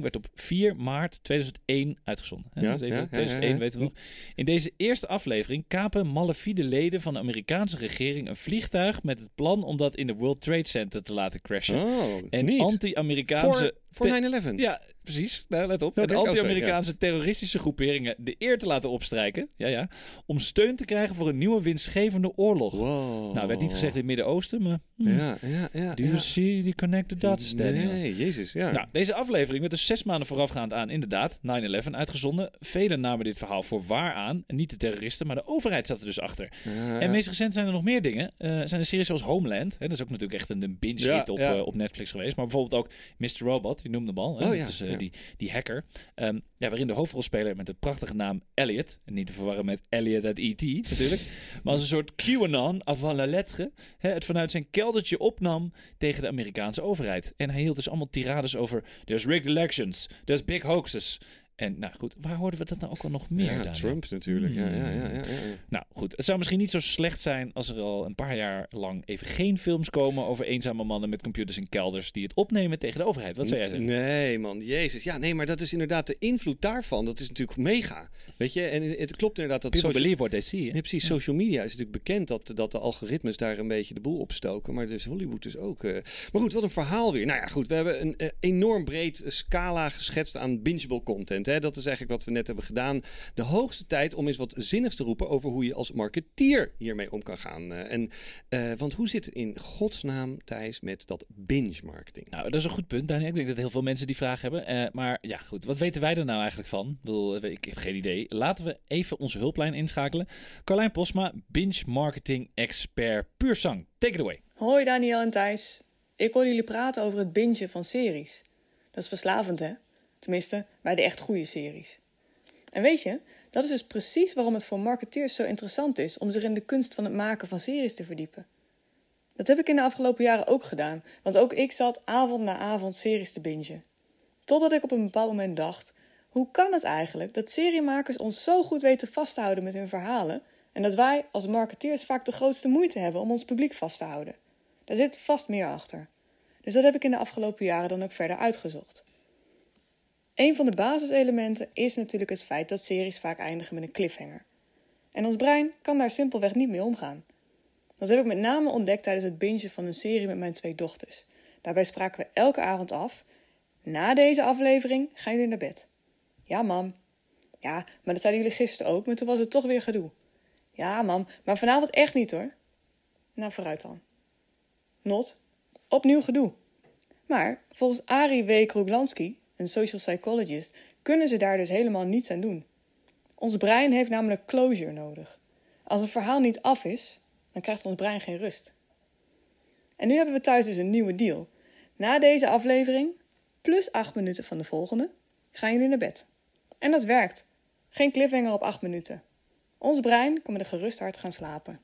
werd op vier maart tweeduizend één uitgezonden. Hè? Ja, Dus even ja, ja, tweeduizend één ja, ja. weten we nog. In deze eerste aflevering kapen malafide leden van de Amerikaanse regering een vliegtuig met het plan om dat in de World Trade Center te laten crashen. Oh, en niet. anti-Amerikaanse... Voor, voor te- nine eleven. Ja, precies. Nou, let op. Oké, En oh, sorry, anti-Amerikaanse terroristische groeperingen de eer te laten opstrijken. Ja, ja. Om steun te krijgen voor een nieuwe winstgevende oorlog. Wow. Nou, werd niet gezegd in het Midden-Oosten, maar... hm. Ja, ja, ja. Do ja. you see the connected dots, Daniel? Nee, jezus, ja. Nou, deze aflevering werd dus zes maanden voorafgaand aan inderdaad nine eleven uitgezonden. Velen namen dit verhaal voor waar aan. En niet de terroristen, maar de overheid zat er dus achter. Ja, En meest recent zijn er nog meer dingen. Uh, zijn er series zoals Homeland. Hè, dat is ook natuurlijk echt een binge-hit Ja, op, ja. uh, op Netflix geweest. Maar bijvoorbeeld ook mister Robot, je noemde hem al. Hè? Oh, dat ja, is uh, ja. die, die hacker. Um, ja, waarin de hoofdrolspeler met de prachtige naam Elliot. En niet te verwarren met Elliot uit E T natuurlijk. Maar als een soort QAnon avant la lettre. Hè, het vanuit zijn keldertje opnam tegen de Amerikaanse overheid. En hij hield dus allemaal tirades over... There's rigged elections. There's big hoaxes. En nou goed, waar hoorden we dat nou ook al nog meer? Ja, Daniel? Trump natuurlijk. Ja, ja, ja, ja, ja. Nou goed, het zou misschien niet zo slecht zijn als er al een paar jaar lang even geen films komen over eenzame mannen met computers in kelders die het opnemen tegen de overheid. Wat zou jij zeggen? Nee, man, jezus. Ja, nee, maar dat is inderdaad de invloed daarvan. Dat is natuurlijk mega. Weet je, en het klopt inderdaad dat... People social- believe what they see. Hè? Nee, precies. Ja. Social media is natuurlijk bekend dat, dat de algoritmes daar een beetje de boel opstoken. Maar dus Hollywood dus ook. Uh... Maar goed, wat een verhaal weer. Nou ja, goed. We hebben een uh, enorm breed uh, scala geschetst aan bingeable content. Hè. Dat is eigenlijk wat we net hebben gedaan. De hoogste tijd om eens wat zinnigs te roepen over hoe je als marketeer hiermee om kan gaan. Uh, en, uh, want hoe zit het in godsnaam, Thijs, met dat binge marketing? Nou, dat is een goed punt, Daniel. Ik denk dat heel veel mensen die vraag hebben. Uh, maar ja, goed. Wat weten wij er nou eigenlijk van? Ik, bedoel, ik heb geen idee. Laten we even onze hulplijn inschakelen. Carlijn Posma, binge marketing expert puur sang. Take it away. Hoi Daniel en Thijs. Ik hoor jullie praten over het bingen van series. Dat is verslavend, hè? Tenminste, bij de echt goede series. En weet je, dat is dus precies waarom het voor marketeers zo interessant is om zich in de kunst van het maken van series te verdiepen. Dat heb ik in de afgelopen jaren ook gedaan, want ook ik zat avond na avond series te bingen. Totdat ik op een bepaald moment dacht, hoe kan het eigenlijk dat seriemakers ons zo goed weten vast te houden met hun verhalen en dat wij als marketeers vaak de grootste moeite hebben om ons publiek vast te houden? Daar zit vast meer achter. Dus dat heb ik in de afgelopen jaren dan ook verder uitgezocht. Een van de basiselementen is natuurlijk het feit dat series vaak eindigen met een cliffhanger. En ons brein kan daar simpelweg niet mee omgaan. Dat heb ik met name ontdekt tijdens het bingen van een serie met mijn twee dochters. Daarbij spraken we elke avond af: na deze aflevering gaan jullie naar bed. Ja, mam. Ja, maar dat zeiden jullie gisteren ook, maar toen was het toch weer gedoe. Ja, mam, maar vanavond echt niet hoor. Nou, vooruit dan. Not. Opnieuw gedoe. Maar volgens Arie W. Kruglansky, een social psychologist, kunnen ze daar dus helemaal niets aan doen. Ons brein heeft namelijk closure nodig. Als een verhaal niet af is, dan krijgt ons brein geen rust. En nu hebben we thuis dus een nieuwe deal. Na deze aflevering, plus acht minuten van de volgende, gaan jullie naar bed. En dat werkt. Geen cliffhanger op acht minuten. Ons brein kan met een gerust hart gaan slapen.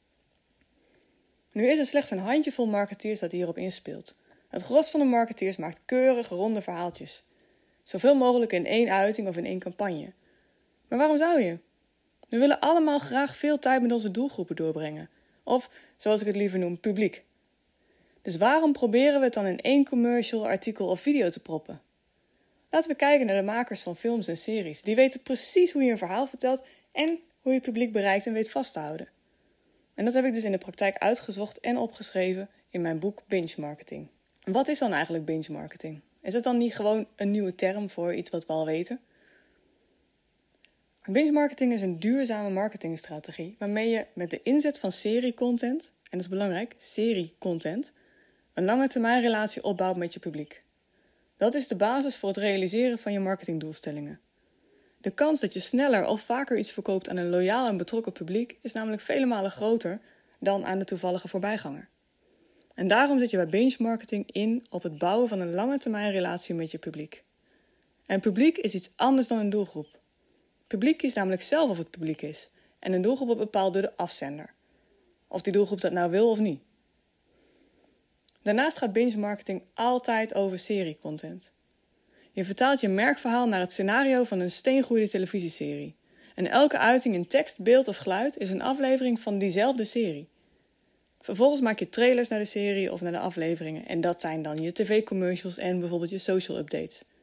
Nu is er slechts een handjevol marketeers dat hierop inspeelt. Het gros van de marketeers maakt keurige, ronde verhaaltjes. Zoveel mogelijk in één uiting of in één campagne. Maar waarom zou je? We willen allemaal graag veel tijd met onze doelgroepen doorbrengen. Of, zoals ik het liever noem, publiek. Dus waarom proberen we het dan in één commercial, artikel of video te proppen? Laten we kijken naar de makers van films en series. Die weten precies hoe je een verhaal vertelt en hoe je het publiek bereikt en weet vast te houden. En dat heb ik dus in de praktijk uitgezocht en opgeschreven in mijn boek Binge Marketing. Wat is dan eigenlijk binge marketing? Is het dan niet gewoon een nieuwe term voor iets wat we al weten? Binge marketing is een duurzame marketingstrategie waarmee je met de inzet van seriecontent, en dat is belangrijk, seriecontent, een lange termijn relatie opbouwt met je publiek. Dat is de basis voor het realiseren van je marketingdoelstellingen. De kans dat je sneller of vaker iets verkoopt aan een loyaal en betrokken publiek is namelijk vele malen groter dan aan de toevallige voorbijganger. En daarom zet je bij binge marketing in op het bouwen van een lange termijn relatie met je publiek. En publiek is iets anders dan een doelgroep. Publiek kiest namelijk zelf of het publiek is. En een doelgroep wordt bepaald door de afzender. Of die doelgroep dat nou wil of niet. Daarnaast gaat binge marketing altijd over seriecontent. Je vertaalt je merkverhaal naar het scenario van een steengoede televisieserie. En elke uiting in tekst, beeld of geluid is een aflevering van diezelfde serie. Vervolgens maak je trailers naar de serie of naar de afleveringen. En dat zijn dan je tv-commercials en bijvoorbeeld je social updates.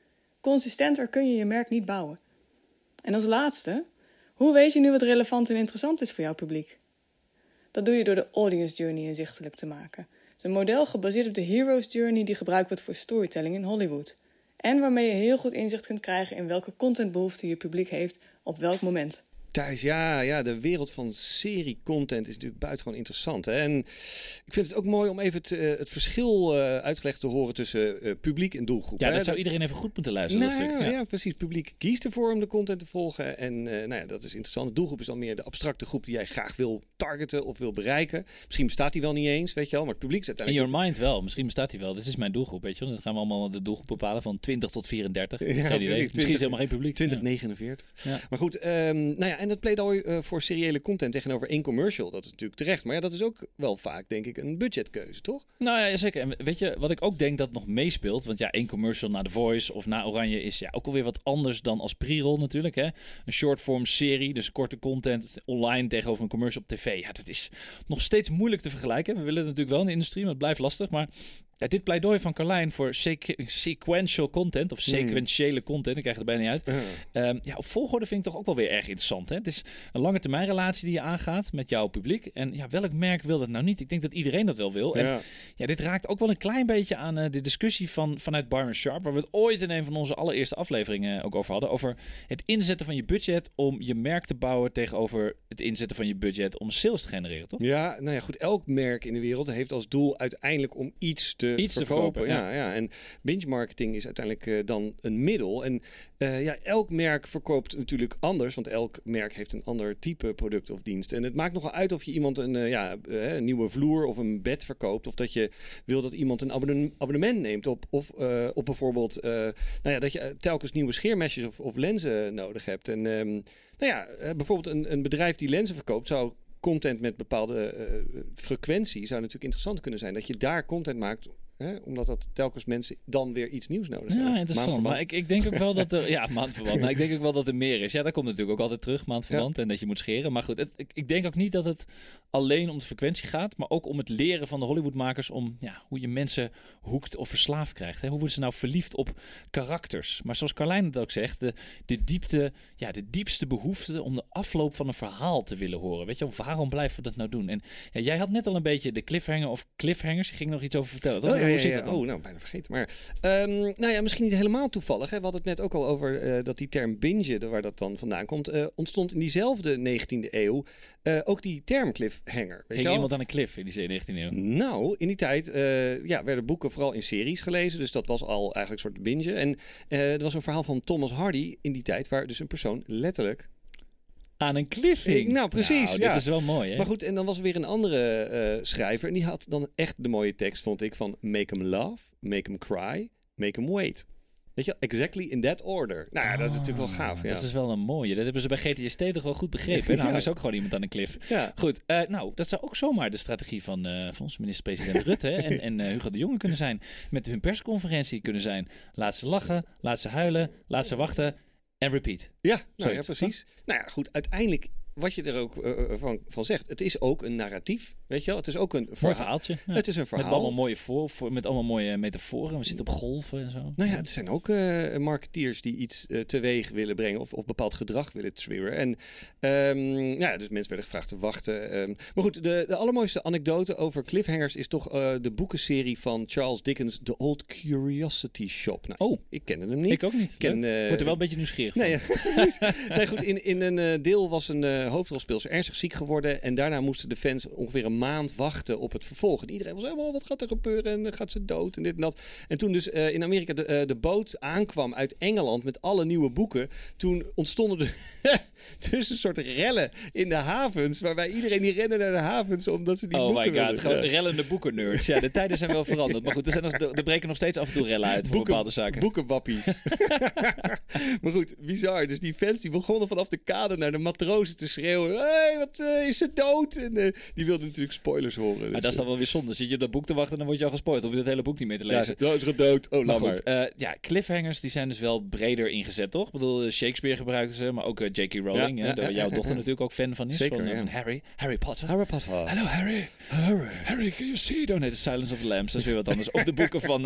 consistenter kun je je merk niet bouwen. En als laatste, hoe weet je nu wat relevant en interessant is voor jouw publiek? Dat doe je door de audience journey inzichtelijk te maken. Het is een model gebaseerd op de hero's journey die gebruikt wordt voor storytelling in Hollywood. En waarmee je heel goed inzicht kunt krijgen in welke contentbehoefte je publiek heeft op welk moment. Thijs, ja, ja, de wereld van seriecontent is natuurlijk buitengewoon interessant. Hè? En ik vind het ook mooi om even het, uh, het verschil uh, uitgelegd te horen tussen uh, publiek en doelgroep. Ja, hè? dat zou iedereen even goed moeten luisteren. Nou, dat stuk. Ja. Ja. ja, precies. Het publiek kiest ervoor om de content te volgen. En uh, nou ja, dat is interessant. De doelgroep is dan meer de abstracte groep die jij graag wil targeten of wil bereiken. Misschien bestaat die wel niet eens, weet je wel. Maar het publiek is In uiteindelijk... your mind wel. Misschien bestaat hij wel. Dit is mijn doelgroep, weet je wel. Dan gaan we allemaal de doelgroep bepalen van twintig tot vierendertig. Ja, Geen idee. precies. Misschien twintig, is helemaal geen publiek. twintig negenenveertig. Ja. Maar goed, um, nou ja, en dat pleidooi uh, voor seriële content tegenover één commercial. Dat is natuurlijk terecht. Maar ja, dat is ook wel vaak, denk ik, een budgetkeuze, toch? Nou ja, zeker. En weet je, wat ik ook denk dat nog meespeelt, want ja, één commercial na The Voice of na Oranje is ja ook alweer wat anders dan als pre-roll natuurlijk, hè. Een shortform serie, dus korte content online tegenover een commercial op tv. Ja, dat is nog steeds moeilijk te vergelijken. We willen het natuurlijk wel in de industrie, maar het blijft lastig. Maar ja, dit pleidooi van Carlijn voor sequ- sequential content of sequentiële content, ik krijg het er bijna niet uit. Uh. Um, ja, op volgorde vind ik toch ook wel weer erg interessant. Hè? Het is een lange termijn relatie die je aangaat met jouw publiek. En ja, welk merk wil dat nou niet? Ik denk dat iedereen dat wel wil. Ja. En ja, dit raakt ook wel een klein beetje aan uh, de discussie van, vanuit Byron Sharp, waar we het ooit in een van onze allereerste afleveringen ook over hadden. Over het inzetten van je budget om je merk te bouwen tegenover het inzetten van je budget om sales te genereren, toch? Ja, nou ja, goed. Elk merk in de wereld heeft als doel uiteindelijk om iets te Iets te verkopen. verkopen, ja. Ja, ja. En binge marketing is uiteindelijk uh, dan een middel. En uh, ja, elk merk verkoopt natuurlijk anders, want elk merk heeft een ander type product of dienst. En het maakt nogal uit of je iemand een, uh, ja, uh, een nieuwe vloer of een bed verkoopt, of dat je wil dat iemand een abonne- abonnement neemt op, of uh, op bijvoorbeeld, uh, nou ja, dat je telkens nieuwe scheermesjes of, of lenzen nodig hebt. En um, nou ja, uh, bijvoorbeeld een, een bedrijf die lenzen verkoopt zou content met bepaalde uh, frequentie zou natuurlijk interessant kunnen zijn. Dat je daar content maakt, hè, omdat dat telkens mensen dan weer iets nieuws nodig hebben. Ja, interessant. Maar ik, ik denk ook wel dat er... Ja, maandverband. Maar ik denk ook wel dat er meer is. Ja, dat komt natuurlijk ook altijd terug, maandverband. Ja. En dat je moet scheren. Maar goed, het, ik, ik denk ook niet dat het alleen om de frequentie gaat, maar ook om het leren van de Hollywoodmakers om ja, hoe je mensen hoekt of verslaafd krijgt. Hè? Hoe worden ze nou verliefd op karakters? Maar zoals Carlijn het ook zegt, de, de, diepte, ja, de diepste behoefte om de afloop van een verhaal te willen horen. Weet je, waarom blijven we dat nou doen? En ja, jij had net al een beetje de cliffhanger of cliffhangers. Je ging nog iets over vertellen. Toch? Oh, ja, ja, hoe zit ja. dat dan? Oh, nou, bijna vergeten. Maar um, nou ja, misschien niet helemaal toevallig. Hè? We hadden het net ook al over uh, dat die term binge, waar dat dan vandaan komt, uh, ontstond in diezelfde negentiende eeuw. Uh, ook die term cliffhanger. Weet Ging je iemand aan een cliff in die negentiende eeuw? Nou, in die tijd uh, ja, werden boeken vooral in series gelezen. Dus dat was al eigenlijk een soort binge. En uh, er was een verhaal van Thomas Hardy in die tijd, waar dus een persoon letterlijk aan een cliff hing. Nou, precies. Nou, ja. Dit is wel mooi, hè? Maar goed, en dan was er weer een andere uh, schrijver. En die had dan echt de mooie tekst, vond ik, van make him laugh, make him cry, make him wait. Weet je, exactly in that order. Nou ja, dat is natuurlijk wel gaaf. Ja. Dat is wel een mooie. Dat hebben ze bij G T S T toch wel goed begrepen. En dan hangen ze ook gewoon iemand aan een cliff. Ja. Goed, uh, nou, dat zou ook zomaar de strategie van, uh, van onze minister-president Rutte en, en uh, Hugo de Jonge kunnen zijn. Met hun persconferentie kunnen zijn. Laat ze lachen, laat ze huilen, laat ze wachten en repeat. Ja, nou Zoiets, ja, precies. Huh? Nou ja, goed, uiteindelijk, wat je er ook uh, van, van zegt, het is ook een narratief, weet je wel? Het is ook een verhaal. Mooi verhaaltje. Ja. Het is een verhaal. Met allemaal mooie, voor, voor, met allemaal mooie metaforen. We zitten op golven en zo. Nou ja, het zijn ook uh, marketeers die iets uh, teweeg willen brengen of, of bepaald gedrag willen triggeren. En um, ja, dus mensen werden gevraagd te wachten. Um, maar goed, de, de allermooiste anekdote over cliffhangers is toch uh, de boekenserie van Charles Dickens, The Old Curiosity Shop. Nou, oh, ik kende hem niet. Ik ook niet. Ik ken, uh, Word er wel een beetje nieuwsgierig nee, van. Ja. nee, goed, in, in een uh, deel was een uh, hoofdrolspeelster ernstig ziek geworden en daarna moesten de fans ongeveer een maand wachten op het vervolg. En iedereen was helemaal, wat gaat er gebeuren en gaat ze dood en dit en dat. En toen dus uh, in Amerika de, uh, de boot aankwam uit Engeland met alle nieuwe boeken, toen ontstonden er dus een soort rellen in de havens, waarbij iedereen die rende naar de havens omdat ze die oh boeken my god, wilden. gewoon Ja. rellende boekennerds. Ja, de tijden zijn wel veranderd. Maar goed, er, zijn nog, er breken nog steeds af en toe rellen uit voor Boeken, bepaalde zaken. Boekenwappies. Maar goed, bizar. Dus die fans die begonnen vanaf de kade naar de matrozen te schreeuwen. Hé, hey, wat uh, is ze dood? En uh, die wilden natuurlijk spoilers horen. Dus, maar dat is dan wel weer zonde. Zit je op dat boek te wachten, dan word je al gespoild. Hoef je dat hele boek niet meer te lezen. Ja, ze is dood. Oh, maar laat goed, maar. Uh, ja, cliffhangers die zijn dus wel breder ingezet, toch? Ik bedoel, Shakespeare gebruikten ze, maar ook uh, J K Rowling. Ja, hè, ja, daar ja, jouw ja, dochter ja. natuurlijk ook fan van is. Zeker, van, uh, ja. van Harry. Harry Potter. Harry Potter. Hello Harry. Harry. Harry, can you see? Oh nee, The Silence of the Lambs. Dat is weer wat anders. Of de boeken van... Uh,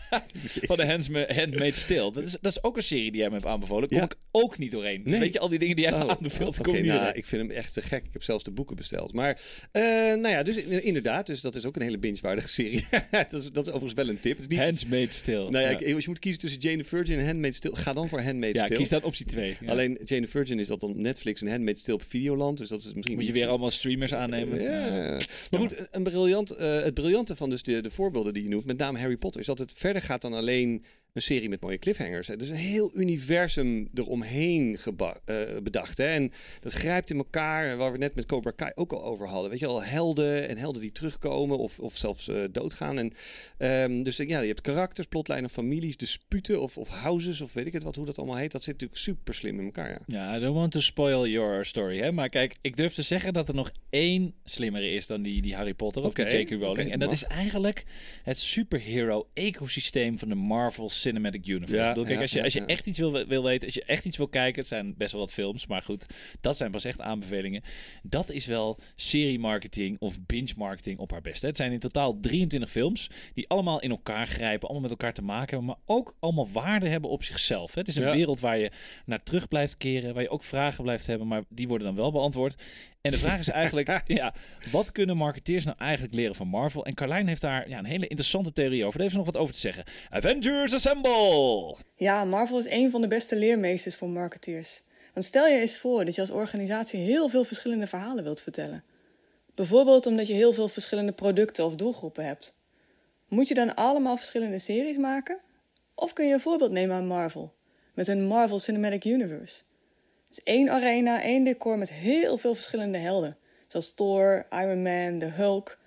van de Handsma- Handmaid's Tale. Dat is, dat is ook een serie die jij me hebt aanbevolen. Kom Ja. ik ook niet doorheen. Nee. Weet je, al die dingen die jij me Oh, aanbeveelt, oh, kom oké, ik niet nou, doorheen. ik vind hem echt te gek. Ik heb zelfs de boeken besteld. Maar uh, nou ja, dus inderdaad, dus dat is ook een hele binge-waardige serie. dat, is, dat is overigens wel een tip. Het is niet, Handmaid's Tale. nou ja, ja. ik, als je moet kiezen tussen Jane the Virgin en Handmaid's Tale, ga dan voor Handmaid's Ja, Tale. kies dan optie twee. Ja. Alleen Jane the Virgin is dat dan Netflix en Handmaid's Tale op Videoland. Dus dat is misschien Moet je iets- weer allemaal streamers aannemen. Ja. Maar goed, een briljant, uh, het briljante van dus de, de voorbeelden die je noemt, met name Harry Potter, is dat het verder gaat dan alleen een serie met mooie cliffhangers. Het is een heel universum eromheen geba- uh, bedacht. Hè? En dat grijpt in elkaar, waar we net met Cobra Kai ook al over hadden. Weet je al, helden en helden die terugkomen of, of zelfs uh, doodgaan. En, um, dus ja, je hebt karakters, plotlijnen, families, disputen of, of houses of weet ik het wat, hoe dat allemaal heet. Dat zit natuurlijk super slim in elkaar. Ja, Ja, I don't want to spoil your story. Hè? Maar kijk, ik durf te zeggen dat er nog één slimmere is dan die, die Harry Potter of Oké, die J K Rowling. oké, en dat mag. is eigenlijk het superhero-ecosysteem van de Marvel Cinematic Universe. Ja, ik bedoel, kijk, ja, als je, ja, als je ja. echt iets wil, wil weten, als je echt iets wil kijken, het zijn best wel wat films, maar goed, dat zijn pas echt aanbevelingen. Dat is wel serie-marketing of binge-marketing op haar best. Hè? Het zijn in totaal drieëntwintig films die allemaal in elkaar grijpen, allemaal met elkaar te maken hebben, maar ook allemaal waarde hebben op zichzelf. Hè? Het is een Ja. wereld waar je naar terug blijft keren, waar je ook vragen blijft hebben, maar die worden dan wel beantwoord. En de vraag is eigenlijk, ja, wat kunnen marketeers nou eigenlijk leren van Marvel? En Carlijn heeft daar ja, een hele interessante theorie over. Daar heeft ze nog wat over te zeggen. Avengers Assemble! Ja, Marvel is een van de beste leermeesters voor marketeers. Want stel je eens voor dat je als organisatie heel veel verschillende verhalen wilt vertellen. Bijvoorbeeld omdat je heel veel verschillende producten of doelgroepen hebt. Moet je dan allemaal verschillende series maken? Of kun je een voorbeeld nemen aan Marvel? Met een Marvel Cinematic Universe. Dus één arena, één decor met heel veel verschillende helden. Zoals Thor, Iron Man, de Hulk.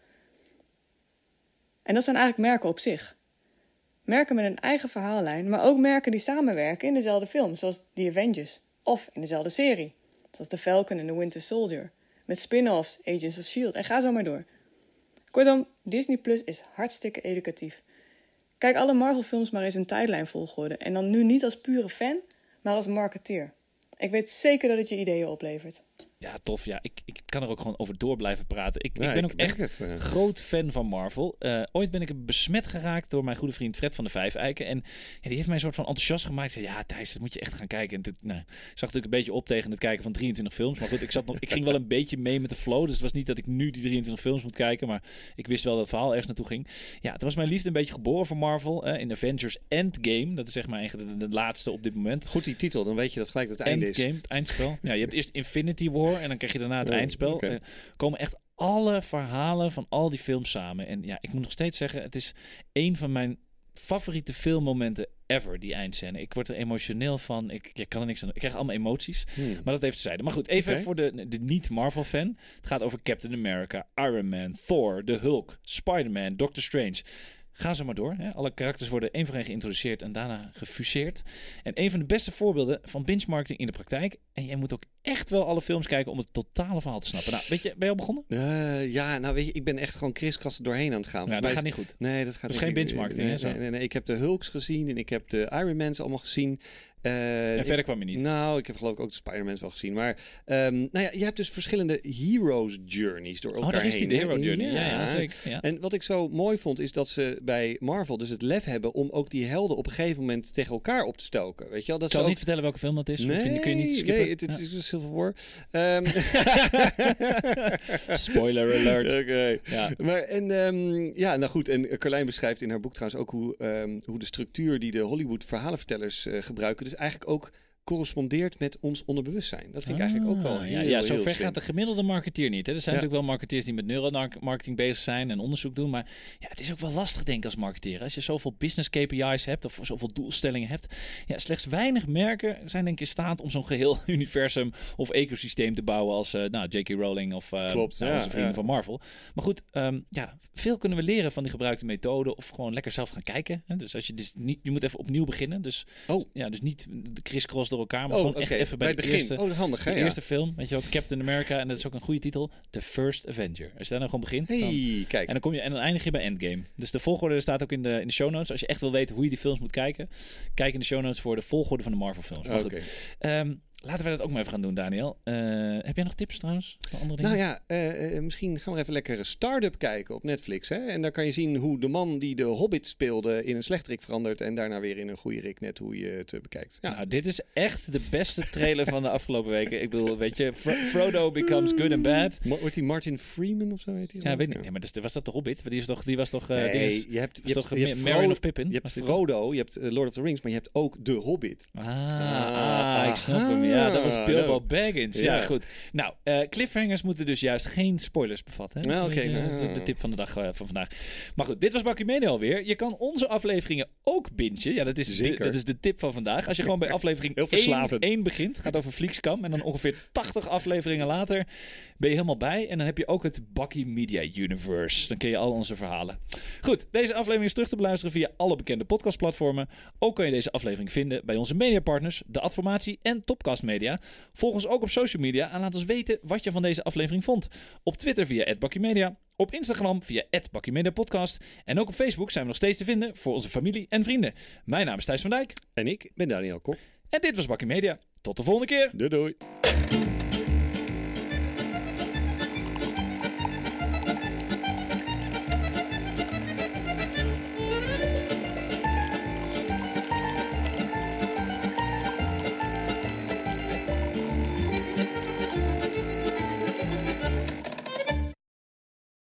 En dat zijn eigenlijk merken op zich. Merken met een eigen verhaallijn, maar ook merken die samenwerken in dezelfde film, zoals The Avengers. Of in dezelfde serie, zoals The Falcon en The Winter Soldier. Met spin-offs, Agents of S H I E L D en ga zo maar door. Kortom, Disney Plus is hartstikke educatief. Kijk alle Marvel films maar eens in tijdlijn volgorde. En dan nu niet als pure fan, maar als marketeer. Ik weet zeker dat het je ideeën oplevert. Ja, tof. Ja, ik, ik kan er ook gewoon over door blijven praten. Ik, Ja, ik ben ik ook merk echt het, ja. groot fan van Marvel. Uh, ooit ben ik besmet geraakt door mijn goede vriend Fred van de Vijfeiken. En ja, die heeft mij een soort van enthousiast gemaakt. Ik zei, ja Thijs, dat moet je echt gaan kijken. En toen, nou, ik zag natuurlijk een beetje op tegen het kijken van drieëntwintig films. Maar goed, ik, zat nog, ik ging wel een beetje mee met de flow. Dus het was niet dat ik nu die drieëntwintig films moet kijken. Maar ik wist wel dat het verhaal ergens naartoe ging. Ja, toen was mijn liefde een beetje geboren voor Marvel. Uh, in Avengers Endgame. Dat is zeg maar eigenlijk de, de laatste op dit moment. Goed die titel, dan weet je dat gelijk dat het einde is. Endgame, het eindspel. Ja, je hebt eerst Infinity War en dan krijg je daarna het Oh, eindspel. oké. Uh, komen echt alle verhalen van al die films samen. En ja, ik moet nog steeds zeggen, het is een van mijn favoriete filmmomenten ever, die eindscène. Ik word er emotioneel van. Ik, ik kan er niks aan doen. Ik krijg allemaal emoties. Hmm. Maar dat heeft tezijde. Maar goed, even Oké. voor de, de niet-Marvel-fan. Het gaat over Captain America, Iron Man, Thor, de Hulk, Spider-Man, Doctor Strange. Ga zo maar door. Hè. Alle karakters worden één voor één geïntroduceerd en daarna gefuseerd. En een van de beste voorbeelden van binge-marketing in de praktijk. En jij moet ook echt wel alle films kijken om het totale verhaal te snappen. Nou, weet je, ben je al begonnen? Uh, ja, nou weet je, ik ben echt gewoon kriskassen doorheen aan het gaan. Ja, Volgens dat mij gaat is- niet goed. Nee, dat gaat Dat is denk geen ik- benchmarking, Nee, hè, zo? nee, nee, nee. Ik heb de Hulks gezien en ik heb de Iron Mans allemaal gezien. Uh, En ik- verder kwam je niet. Nou, ik heb geloof ik ook de Spider-Mans wel gezien. Maar um, nou ja, je hebt dus verschillende heroes journeys door elkaar Oh, daar is die, heen. de hè? Hero Journey. Ja, ja, zeker. Ja. En wat ik zo mooi vond, is dat ze bij Marvel dus het lef hebben om ook die helden op een gegeven moment tegen elkaar op te stoken. Weet je wel? Dat Ik zal ze ook... niet vertellen welke film dat is. Nee, Of vind, kun je niet skippen. nee, het, het is Civil War. Um, Ja. Spoiler alert. Oké. Ja. Maar en um, ja, nou goed. En Carlijn beschrijft in haar boek trouwens ook hoe, um, hoe de structuur die de Hollywood verhalenvertellers uh, gebruiken, dus eigenlijk ook correspondeert met ons onderbewustzijn. Dat vind ik eigenlijk ook wel Ah, heel, ja, ja, zo heel ver slim. gaat de gemiddelde marketeer niet. Hè. Er zijn Ja. natuurlijk wel marketeers die met neuromarketing bezig zijn en onderzoek doen. Maar ja, het is ook wel lastig, denk ik, als marketeer. Als je zoveel business K P I's hebt of zoveel doelstellingen hebt. Ja, slechts weinig merken zijn denk ik in staat om zo'n geheel universum of ecosysteem te bouwen als uh, nou, J K Rowling of uh, Klopt, nou, ja, onze vrienden ja. van Marvel. Maar goed, um, ja, veel kunnen we leren van die gebruikte methode of gewoon lekker zelf gaan kijken. Hè. Dus als je dus niet, je moet even opnieuw beginnen. Dus Oh. ja, dus niet de crisscross door elkaar, maar Oh, gewoon echt oké. even bij, het de begin. eerste. Oh, handig, hè? De Ja. eerste film, weet je wel, Captain America. En dat is ook een goede titel. The First Avenger. Als je daar nou gewoon begint. Dan, Hey, kijk. en dan kom je en dan eindig je bij Endgame. Dus de volgorde staat ook in de, in de show notes. Als je echt wil weten hoe je die films moet kijken, kijk in de show notes voor de volgorde van de Marvel films. Maar Oké. goed. Um, Laten we dat ook maar even gaan doen, Daniel. Uh, heb jij nog tips trouwens? Voor andere dingen? Nou ja, uh, uh, misschien gaan we even lekker Start-up kijken op Netflix. Hè? En dan kan je zien hoe de man die de Hobbit speelde in een slechterik verandert. En daarna weer in een goede rik, net hoe je het uh, bekijkt. Ja. Nou, dit is echt de beste trailer van de afgelopen weken. Ik bedoel, weet je, Fro- Frodo becomes good and bad. Ma- wordt die Martin Freeman of zo heet hij? Ja, weet niet. Ja, maar was dat de Hobbit? Die was toch, die was toch, uh, nee, die is, je hebt, was je toch hebt, je hebt Merlin Frodo, of Pippin? Je hebt Was Frodo, je hebt uh, Lord of the Rings, maar je hebt ook de Hobbit. Ah, Ah, ah, ik snap hem. Ja, dat was Bilbo no. Baggins. Ja, Ja. goed. Nou, uh, cliffhangers moeten dus juist geen spoilers bevatten. Hè? Ja, Dat is oké. een beetje, Nou, dat is de tip van de dag uh, van vandaag. Maar goed, dit was Bakkie Media alweer. Je kan onze afleveringen ook bingen. Ja, dat is, de, dat is de tip van vandaag. Als je gewoon bij aflevering één begint, gaat over Flixcam. En dan ongeveer tachtig afleveringen later ben je helemaal bij. En dan heb je ook het Bakkie Media Universe. Dan ken je al onze verhalen. Goed, deze aflevering is terug te beluisteren via alle bekende podcastplatformen. Ook kan je deze aflevering vinden bij onze mediapartners, De Adformatie en Topcast Media. Volg ons ook op social media en laat ons weten wat je van deze aflevering vond. Op Twitter via at Bakkie Media, op Instagram via at Bakkie Media Podcast. En ook op Facebook zijn we nog steeds te vinden voor onze familie en vrienden. Mijn naam is Thijs van Dijk. En ik ben Daniel Kok. En dit was Bakkie Media. Tot de volgende keer. Doei doei.